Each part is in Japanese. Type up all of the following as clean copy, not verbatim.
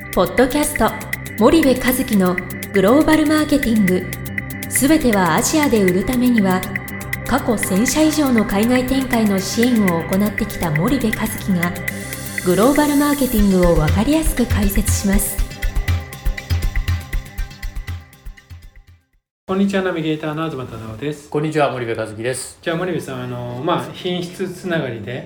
ポッドキャスト森部一樹のグローバルマーケティング、すべてはアジアで売るためには、過去1000社以上の海外展開の支援を行ってきた森部一樹がグローバルマーケティングを分かりやすく解説します。 こんにちは、ナビゲーターの東忠夫です。 こんにちは、森部一樹です。 じゃあ森部さん、品質つながりで、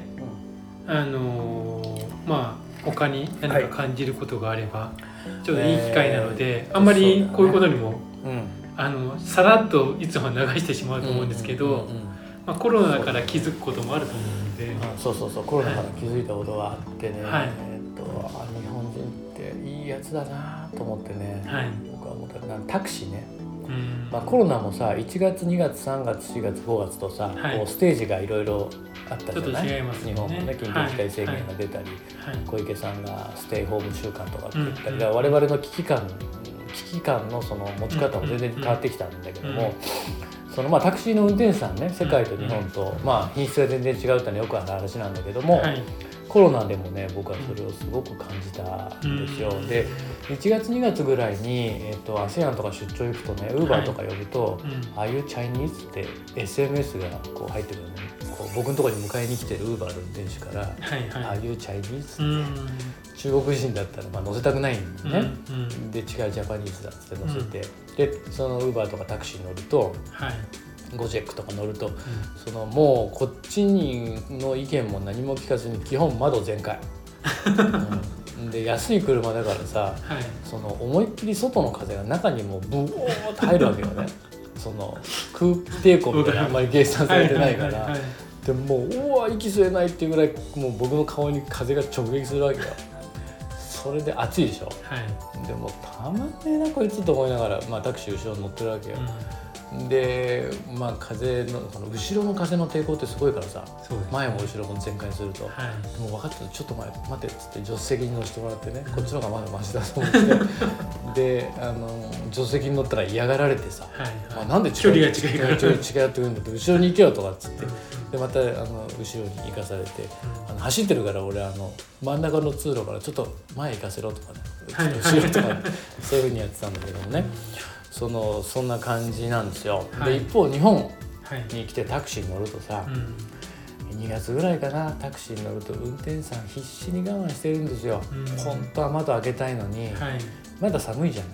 他に何か感じることがあれば、ちょっといい機会なので、あんまりこういうことにも、さらっといつも流してしまうと思うんですけど、コロナから気づくこともあると思うので、 コロナから気づいたことがあってね、日本人っていいやつだなと思ってね、僕は思ったタクシーね、コロナもさ、1月2月3月4月5月とさ、こうステージがいろいろあったじゃない。 ちょっと違いますね。 日本もね、緊急事態宣言が出たり、小池さんがステイホーム週間とかって言ったり、我々の危機感のその持ち方も全然変わってきたんだけども、タクシーの運転手さんね、世界と日本と、品質が全然違うってのはよくある話なんだけども、コロナでもね、僕はそれをすごく感じたんですよ。で、1月2月ぐらいに、ASEAN とか出張行くとね、Uber とか呼ぶと、Are you Chinese? って SMS がこう入ってくるのね。僕のところに迎えに来てる Uber の運転手から、Are you Chinese? 中国人だったら乗せたくないんでね、で違うジャパニーズだって乗せて、でその Uber とかタクシーに乗ると、ゴジェックとか乗ると、もうこっちの意見も何も聞かずに基本窓全開、で安い車だからさ、思いっきり外の風が中にもブオーって入るわけよね。空気抵抗みたいなあんまり計算されてないから、でもうわ息吸えないっていうぐらいもう僕の顔に風が直撃するわけよ。それで暑いでしょ、でもたまんねえなこいつと思いながら、タクシー後ろに乗ってるわけよ、で、風の後ろの風の抵抗ってすごいからさ、前も後ろも全開すると、もう分かってた、ちょっと待てっつって助手席に乗せてもらってね、こっちの方がまだマシだと思ってで助手席に乗ったら嫌がられてさ、なんで距離が違ってくるんだって、後ろに行けよとかっつって、でまた後ろに行かされて、走ってるから俺真ん中の通路からちょっと前行かせろとかね、後ろとかそういう風にやってたんだけどもね、そんな感じなんですよ。で一方日本に来てタクシーに乗るとさ、2月ぐらいかな、タクシーに乗ると運転手さん必死に我慢してるんですよ。本当は窓開けたいのに、まだ寒いじゃない、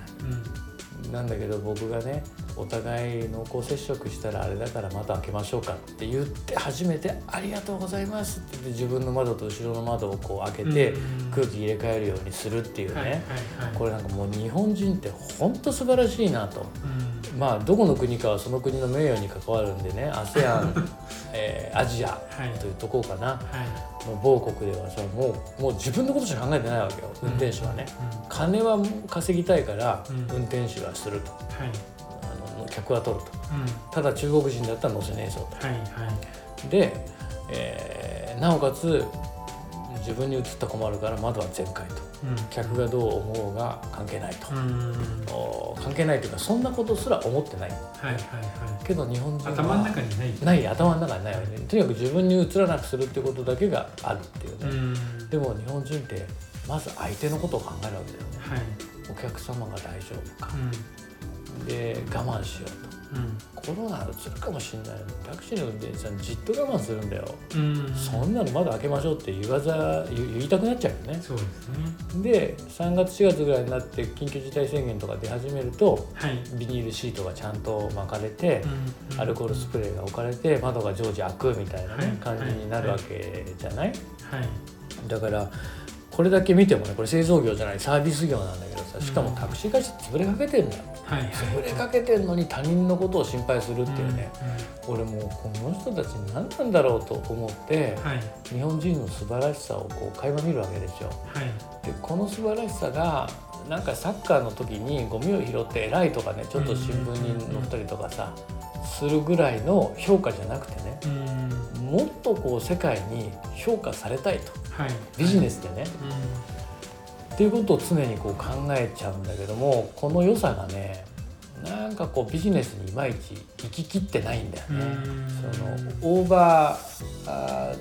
なんだけど僕がね、お互い濃厚接触したらあれだから窓開けましょうかって言って初めてありがとうございますって言って、自分の窓と後ろの窓をこう開けて空気入れ替えるようにするっていうね、これなんかもう日本人って本当素晴らしいなと、どこの国かはその国の名誉に関わるんでね、ASEAN アジアというとこかな、某国ではさ、もう自分のことしか考えてないわけよ、運転手はね、金は稼ぎたいから運転手はすると、客は取ると、ただ中国人だったら乗せねえぞと、で、なおかつ自分に移ったら困るから窓は全開と、客がどう思うが関係ないと、関係ないというかそんなことすら思ってない、けど日本人は頭の中にない、 頭の中にないわけね。とにかく自分に移らなくするっていうことだけがあるっていうね、でも日本人ってまず相手のことを考えるわけだよね、お客様が大丈夫か、で我慢しようと、コロナうつるかもしれないのにタクシーの運転手さんじっと我慢するんだよ、そんなの窓開けましょうって言いたくなっちゃうよね。 そうですね。 で3月4月ぐらいになって緊急事態宣言とか出始めると、ビニールシートがちゃんと巻かれて、アルコールスプレーが置かれて窓が常時開くみたいなね、感じになるわけじゃない、だからこれだけ見てもね、これ製造業じゃないサービス業なんだけどさ、しかもタクシー会社潰れかけてるんだよ、潰れかけてるのに他人のことを心配するっていうね、俺もうこの人たち何なんだろうと思って、日本人の素晴らしさをこう垣間見るわけですよ、でこの素晴らしさがなんかサッカーの時にゴミを拾って偉いとかね、ちょっと新聞に載ったりとかさ、するぐらいの評価じゃなくてね、もっとこう世界に評価されたいと、ビジネスでね、っていうことを常にこう考えちゃうんだけども、この良さがね、なんかこうビジネスにいまいち行ききってないんだよね。オーバー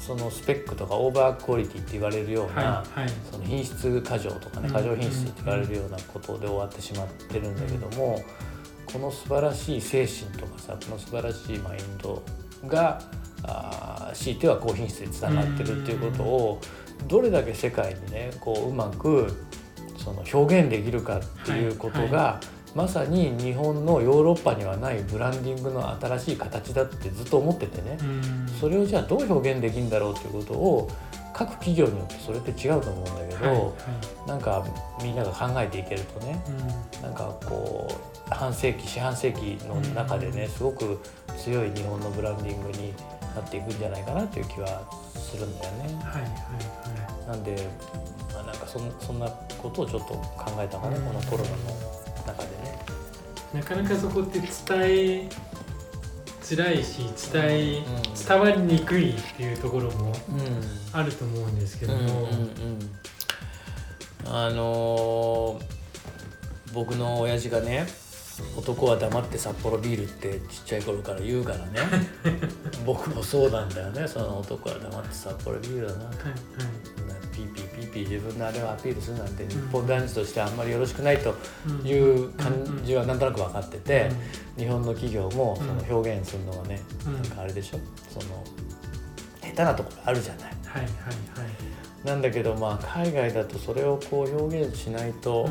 そのスペックとかオーバークオリティって言われるような、その品質過剰とかね、過剰品質って言われるようなことで終わってしまってるんだけども、この素晴らしい精神とかさ、この素晴らしいマインドが強いては高品質でつながってるっていうことをどれだけ世界にねこううまくその表現できるかっていうことが、まさに日本のヨーロッパにはないブランディングの新しい形だってずっと思っててね、それをじゃあどう表現できるんだろうということを各企業によってそれって違うと思うんだけど、なんかみんなが考えていけるとね、なんかこう四半世紀の中でねすごく強い日本のブランディングになっていくんじゃないかなという気はするんだよね。なんで、なんかそんなことをちょっと考えたかな、このコロナの中でね。 なかなかそこって伝えづらいし伝わりにくいっていうところもあると思うんですけども、 僕の親父がね、男は黙って札幌ビールってちっちゃい頃から言うからね僕もそうなんだよね。その男は黙って札幌ビールだな、ピーピーピーピー自分のあれをアピールするなんて日本男児としてあんまりよろしくないという感じはなんとなく分かってて、日本の企業もその表現するのがね、なんかあれでしょ、その下手なところあるじゃない。なんだけど海外だとそれをこう表現しないと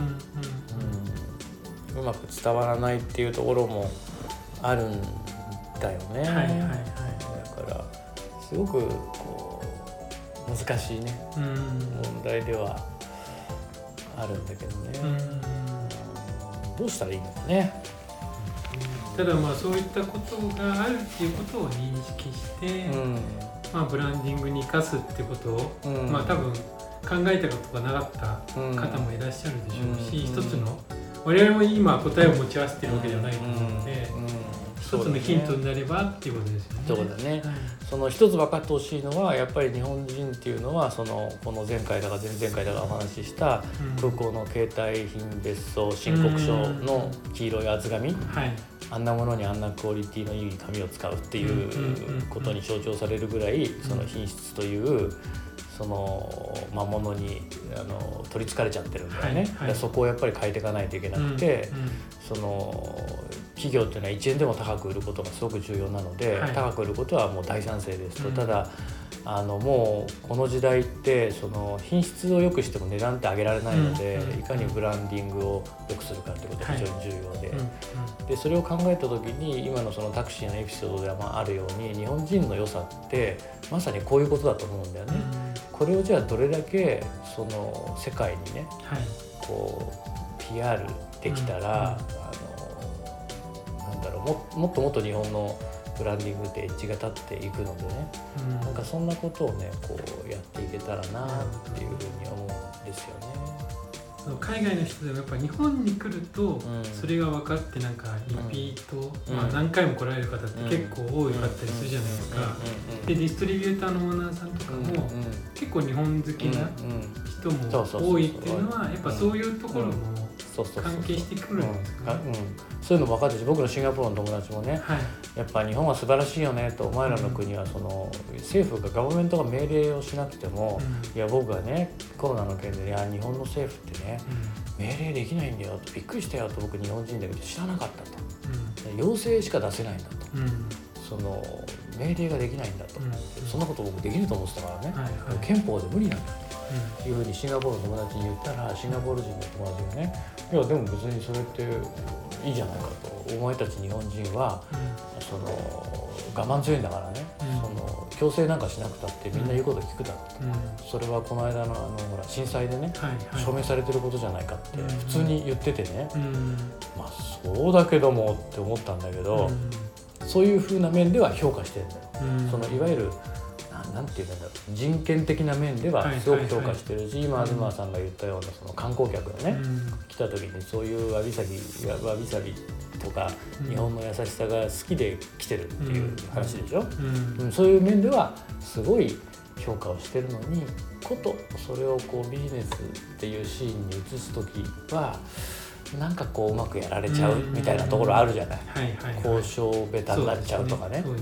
うまく伝わらないっていうところもあるんだよね。だからすごくこう難しいね、問題ではあるんだけどね、どうしたらいいのかね。 ただそういったことがあるっていうことを認識して、ブランディングに生かすってことを、多分考えたことがなかった方もいらっしゃるでしょうし、一つの我々も今答えを持ち合わせてるわけではないと思うので、一つのヒントになればっていうことですよね。 そうだね。その一つ分かってほしいのはやっぱり日本人っていうのはこの前回だか前々回だかお話しした空港の携帯品別荘申告書の黄色い厚紙、あんなものにあんなクオリティのいい紙を使うっていうことに象徴されるぐらい、その品質というそのものに取りつかれちゃってるんだよね。そこをやっぱり変えていかないといけなくて、その企業っていうのは1円でも高く売ることがすごく重要なので、高く売ることはもう大賛成ですと。ただもうこの時代ってその品質を良くしても値段って上げられないので、いかにブランディングを良くするかってことが非常に重要で、でそれを考えた時に今のそのタクシーのエピソードではあるように、日本人の良さってまさにこういうことだと思うんだよね。これをじゃあどれだけその世界にね、こう PR できたら、なんだろう、もっともっと日本のブランディングってエッジが立っていくのでね、なんかそんなことをねこうやっていけたらなっていうふうに思うんですよね。 海外の人でもやっぱ日本に来るとそれが分かってなんかリピート、何回も来られる方って結構多かったりするじゃないですか。でディストリビューターのオーナーさんとかも結構日本好きな人も多いっていうのはやっぱそういうところも関係してくるんですかね。 そういうのも分かってし、僕のシンガポールの友達もね、やっぱ日本は素晴らしいよねと、お前らの国はその政府がガバメントが命令をしなくても、いや僕はねコロナの件で、いや日本の政府ってね命令できないんだよと、びっくりしたよと、僕日本人だけど知らなかったと、要請しか出せないんだと、その命令ができないんだと、そんなこと僕できると思ってたからね、憲法で無理なんだというふうにシンガポールの友達に言ったら、シンガポール人の友達がね、いやでも別にそれっていいじゃないかと、お前たち日本人はその我慢強いんだからね、その強制なんかしなくたってみんな言うこと聞くだろうと、それはこの間のほら震災でね、証明されてることじゃないかって普通に言っててね、そうだけどもって思ったんだけど、そういう風な面では評価してるんだよ。そのいわゆるなんていうんだろう、人権的な面ではすごく評価してるし、今東さんが言ったようなその観光客がね、来た時にそういうわびさびとか日本の優しさが好きで来てるっていう話でしょ。そういう面ではすごい評価をしてるのに、ことそれをこうビジネスっていうシーンに移す時はなんかこううまくやられちゃうみたいなところあるじゃない。交渉ベタになっちゃうとかね。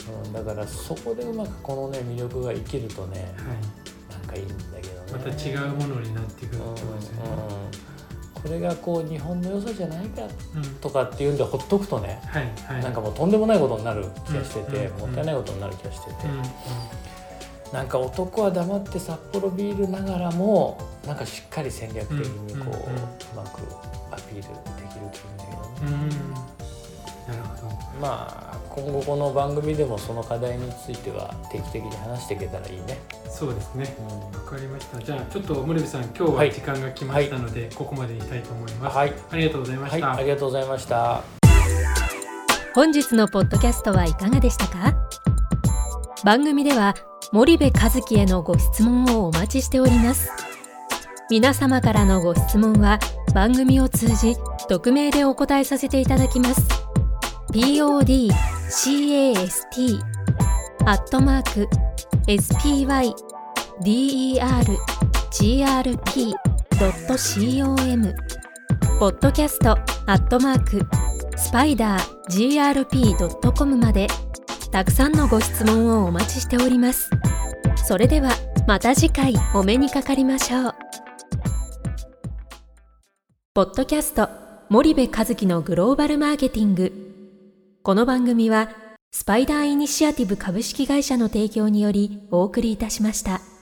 だからそこでうまくこのね魅力が生きるとね、なんかいいんだけどね。 また違うものになっていくってことですよね。 これがこう日本の良さじゃないかとかっていうんでほっとくとね、なんかもうとんでもないことになる気がしてて、もったいないことになる気がしてて、なんか男は黙って札幌ビールながらもなんかしっかり戦略的にこう、うまくアピールできるといいんだけどね。 なるほど。 まあ今後この番組でもその課題については定期的に話していけたらいいね。 そうですね。わかりました。じゃあちょっと森部さん、今日は時間が来ましたので、ここまでにしたいと思います。ありがとうございました。 ありがとうございました。 本日のポッドキャストはいかがでしたか？番組では森部一樹へのご質問をお待ちしております。皆様からのご質問は番組を通じ匿名でお答えさせていただきます。podcast@spydergrp.com podcast@spidergrp.com までたくさんのご質問をお待ちしております。それではまた次回お目にかかりましょう。ポッドキャスト森部一樹のグローバルマーケティング。この番組はスパイダーイニシアティブ株式会社の提供によりお送りいたしました。